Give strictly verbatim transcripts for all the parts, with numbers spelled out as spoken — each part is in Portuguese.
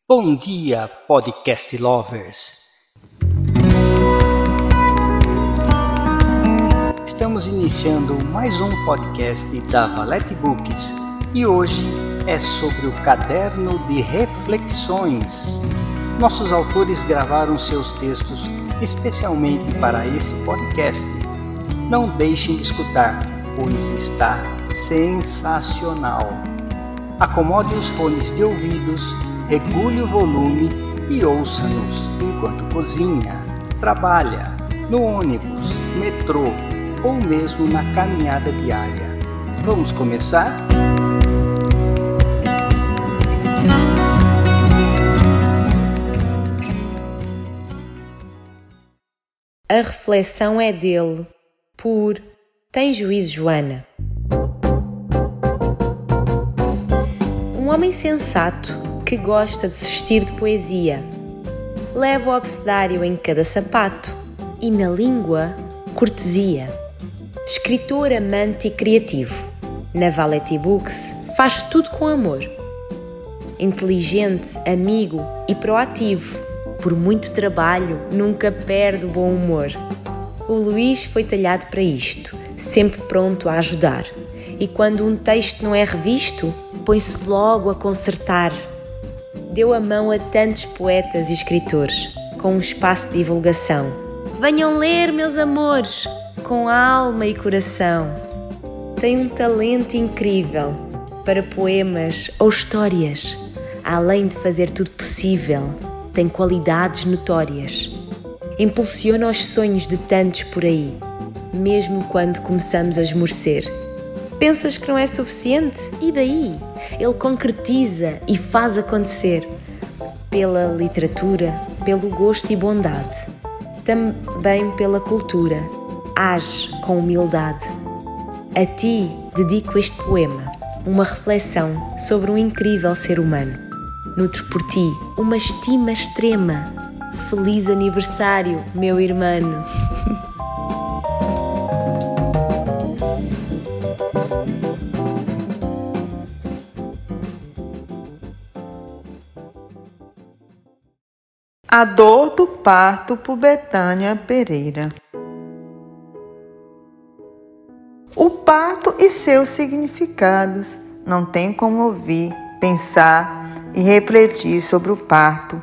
Bom dia, podcast lovers! Estamos iniciando mais um podcast da Valete Books e hoje é sobre o caderno de reflexões. Nossos autores gravaram seus textos especialmente para esse podcast. Não deixem de escutar, pois está sensacional. Acomode os fones de ouvidos, regule o volume e ouça-nos enquanto cozinha, trabalha, no ônibus, metrô ou mesmo na caminhada diária. Vamos começar? A reflexão é dele, por Tem Juízo Joana. Um homem sensato que gosta de se vestir de poesia. Leva o abecedário em cada sapato e na língua, cortesia. Escritor amante e criativo. Na Valete Books faz tudo com amor. Inteligente, amigo e proativo. Por muito trabalho, nunca perde o bom humor. O Luís foi talhado para isto, sempre pronto a ajudar. E quando um texto não é revisto, põe-se logo a consertar. Deu a mão a tantos poetas e escritores, com um espaço de divulgação. Venham ler, meus amores, com alma e coração. Tem um talento incrível para poemas ou histórias. Além de fazer tudo possível, tem qualidades notórias. Impulsiona os sonhos de tantos por aí, mesmo quando começamos a esmorecer. Pensas que não é suficiente? E daí? Ele concretiza e faz acontecer. Pela literatura, pelo gosto e bondade. Também pela cultura. Age com humildade. A ti dedico este poema, uma reflexão sobre um incrível ser humano. Nutro por ti uma estima extrema. Feliz aniversário, meu irmão! A dor do parto, por Betânia Pereira. O parto e seus significados. Não tem como ouvir, pensar e refletir sobre o parto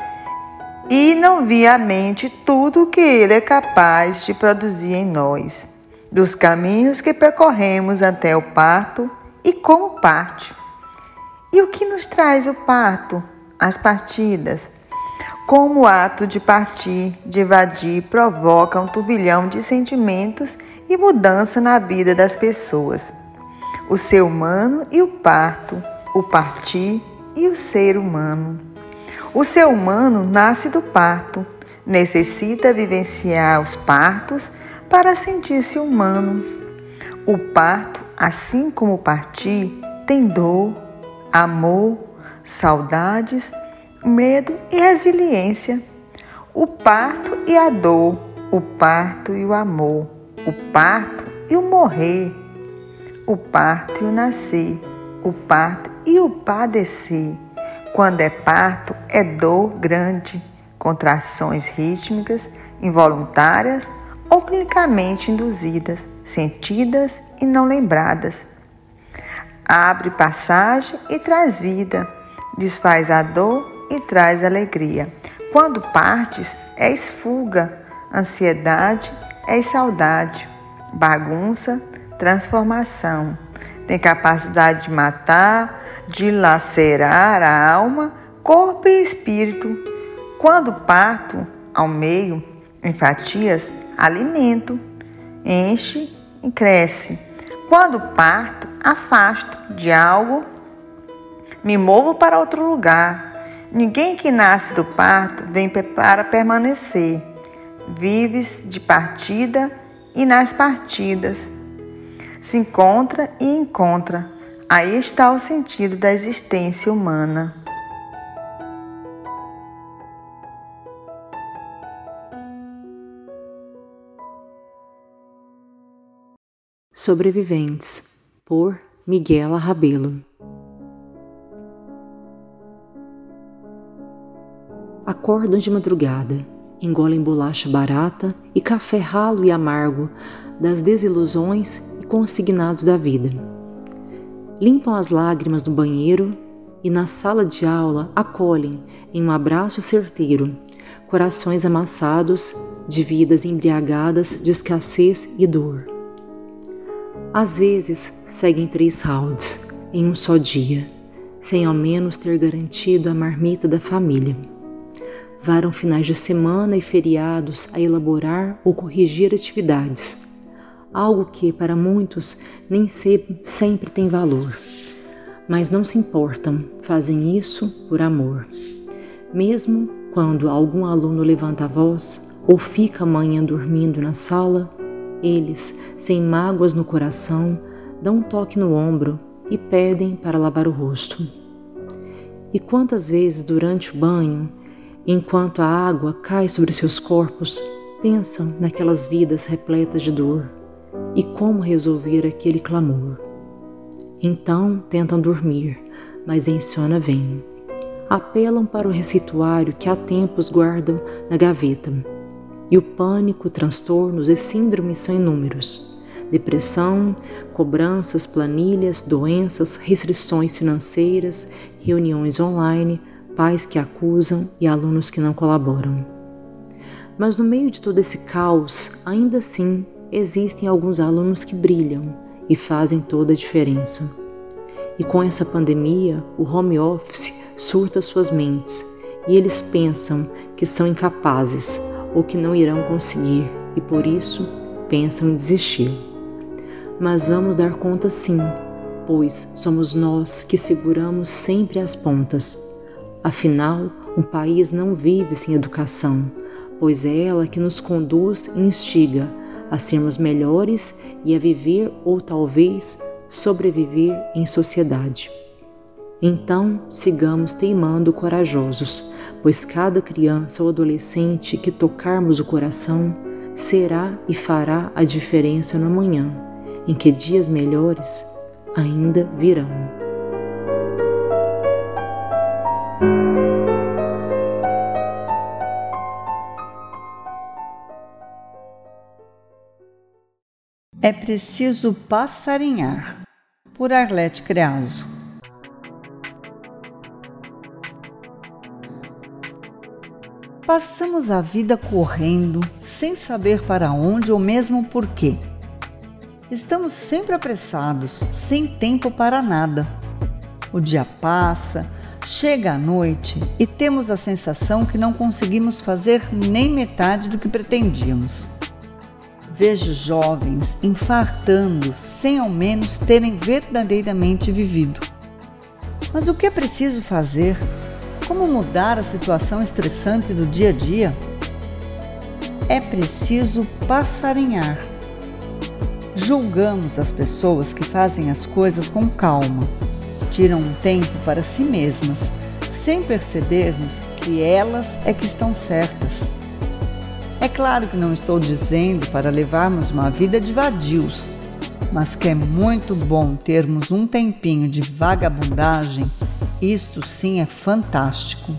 e não vir à mente tudo o que ele é capaz de produzir em nós, dos caminhos que percorremos até o parto e como parte. E o que nos traz o parto? As partidas. Como o ato de partir, de evadir, provoca um turbilhão de sentimentos e mudança na vida das pessoas. O ser humano e o parto, o partir e o ser humano. O ser humano nasce do parto, necessita vivenciar os partos para sentir-se humano. O parto, assim como o partir, tem dor, amor, saudades, medo e resiliência. O parto e a dor, o parto e o amor, o parto e o morrer, o parto e o nascer, o parto e o padecer. Quando é parto, é dor grande, contrações rítmicas, involuntárias ou clinicamente induzidas, sentidas e não lembradas. Abre passagem e traz vida, desfaz a dor e traz alegria. Quando partes, és fuga, ansiedade, és saudade, bagunça, transformação. Tem capacidade de matar, de lacerar a alma, corpo e espírito. Quando parto, ao meio, em fatias, alimento, enche e cresce. Quando parto, afasto de algo, me movo para outro lugar. Ninguém que nasce do parto vem para permanecer. Vives de partida e nas partidas. Se encontra e encontra. Aí está o sentido da existência humana. Sobreviventes, por Miguela Rabelo. acordam de madrugada, engolem bolacha barata e café ralo e amargo das desilusões e consignados da vida. Limpam as lágrimas no banheiro e na sala de aula acolhem em um abraço certeiro corações amassados de vidas embriagadas de escassez e dor. Às vezes seguem três rounds em um só dia, sem ao menos ter garantido a marmita da família. Varam finais de semana e feriados a elaborar ou corrigir atividades, algo que para muitos nem sempre tem valor, mas não se importam, fazem isso por amor. Mesmo quando algum aluno levanta a voz ou fica a manhã dormindo na sala, eles, sem mágoas no coração, dão um toque no ombro e pedem para lavar o rosto. E quantas vezes durante o banho, enquanto a água cai sobre seus corpos, pensam naquelas vidas repletas de dor e como resolver aquele clamor. Então tentam dormir, mas a insônia vem. Apelam para o receituário que há tempos guardam na gaveta. E o pânico, transtornos e síndromes são inúmeros. Depressão, cobranças, planilhas, doenças, restrições financeiras, reuniões online, pais que acusam e alunos que não colaboram. Mas no meio de todo esse caos, ainda assim, existem alguns alunos que brilham e fazem toda a diferença. E com essa pandemia, o home office surta suas mentes e eles pensam que são incapazes ou que não irão conseguir e por isso pensam em desistir. Mas vamos dar conta sim, pois somos nós que seguramos sempre as pontas. Afinal, um país não vive sem educação, pois é ela que nos conduz e instiga a sermos melhores e a viver ou talvez sobreviver em sociedade. Então, sigamos teimando corajosos, pois cada criança ou adolescente que tocarmos o coração será e fará a diferença no amanhã, em que dias melhores ainda virão. É preciso passarinhar, por Arlete Creaso. Passamos a vida correndo, sem saber para onde ou mesmo por quê. Estamos sempre apressados, sem tempo para nada. O dia passa, chega a noite e temos a sensação que não conseguimos fazer nem metade do que pretendíamos. Vejo jovens infartando sem ao menos terem verdadeiramente vivido. Mas o que é preciso fazer? Como mudar a situação estressante do dia a dia? É preciso passarinhar. Julgamos as pessoas que fazem as coisas com calma, tiram um tempo para si mesmas, sem percebermos que elas é que estão certas. É claro que não estou dizendo para levarmos uma vida de vadios, mas que é muito bom termos um tempinho de vagabundagem, isto sim é fantástico.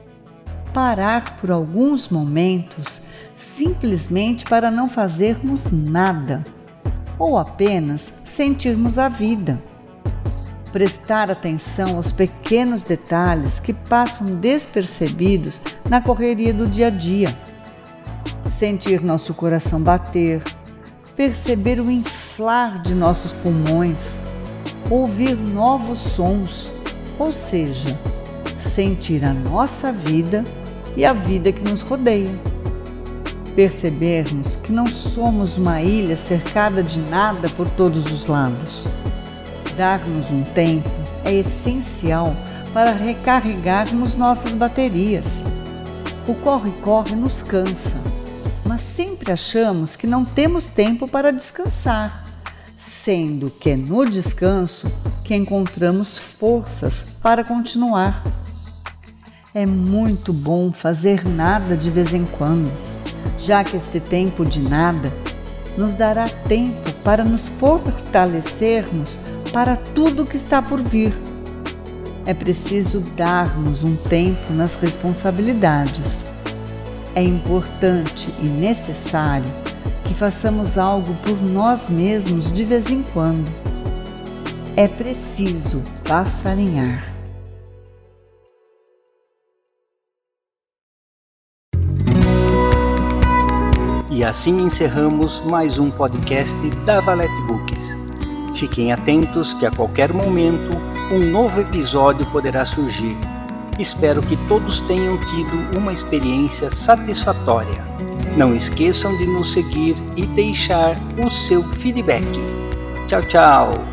Parar por alguns momentos simplesmente para não fazermos nada, ou apenas sentirmos a vida. Prestar atenção aos pequenos detalhes que passam despercebidos na correria do dia a dia. Sentir nosso coração bater, perceber o inflar de nossos pulmões, ouvir novos sons, ou seja, sentir a nossa vida e a vida que nos rodeia. Percebermos que não somos uma ilha cercada de nada por todos os lados. Dar-nos um tempo é essencial para recarregarmos nossas baterias. O corre-corre nos cansa, mas sempre achamos que não temos tempo para descansar, sendo que é no descanso que encontramos forças para continuar. É muito bom fazer nada de vez em quando, já que este tempo de nada nos dará tempo para nos fortalecermos para tudo que está por vir. É preciso darmos um tempo nas responsabilidades. É importante e necessário que façamos algo por nós mesmos de vez em quando. É preciso passarinhar. E assim encerramos mais um podcast da Valete Books. Fiquem atentos que a qualquer momento um novo episódio poderá surgir. Espero que todos tenham tido uma experiência satisfatória. Não esqueçam de nos seguir e deixar o seu feedback. Tchau, tchau!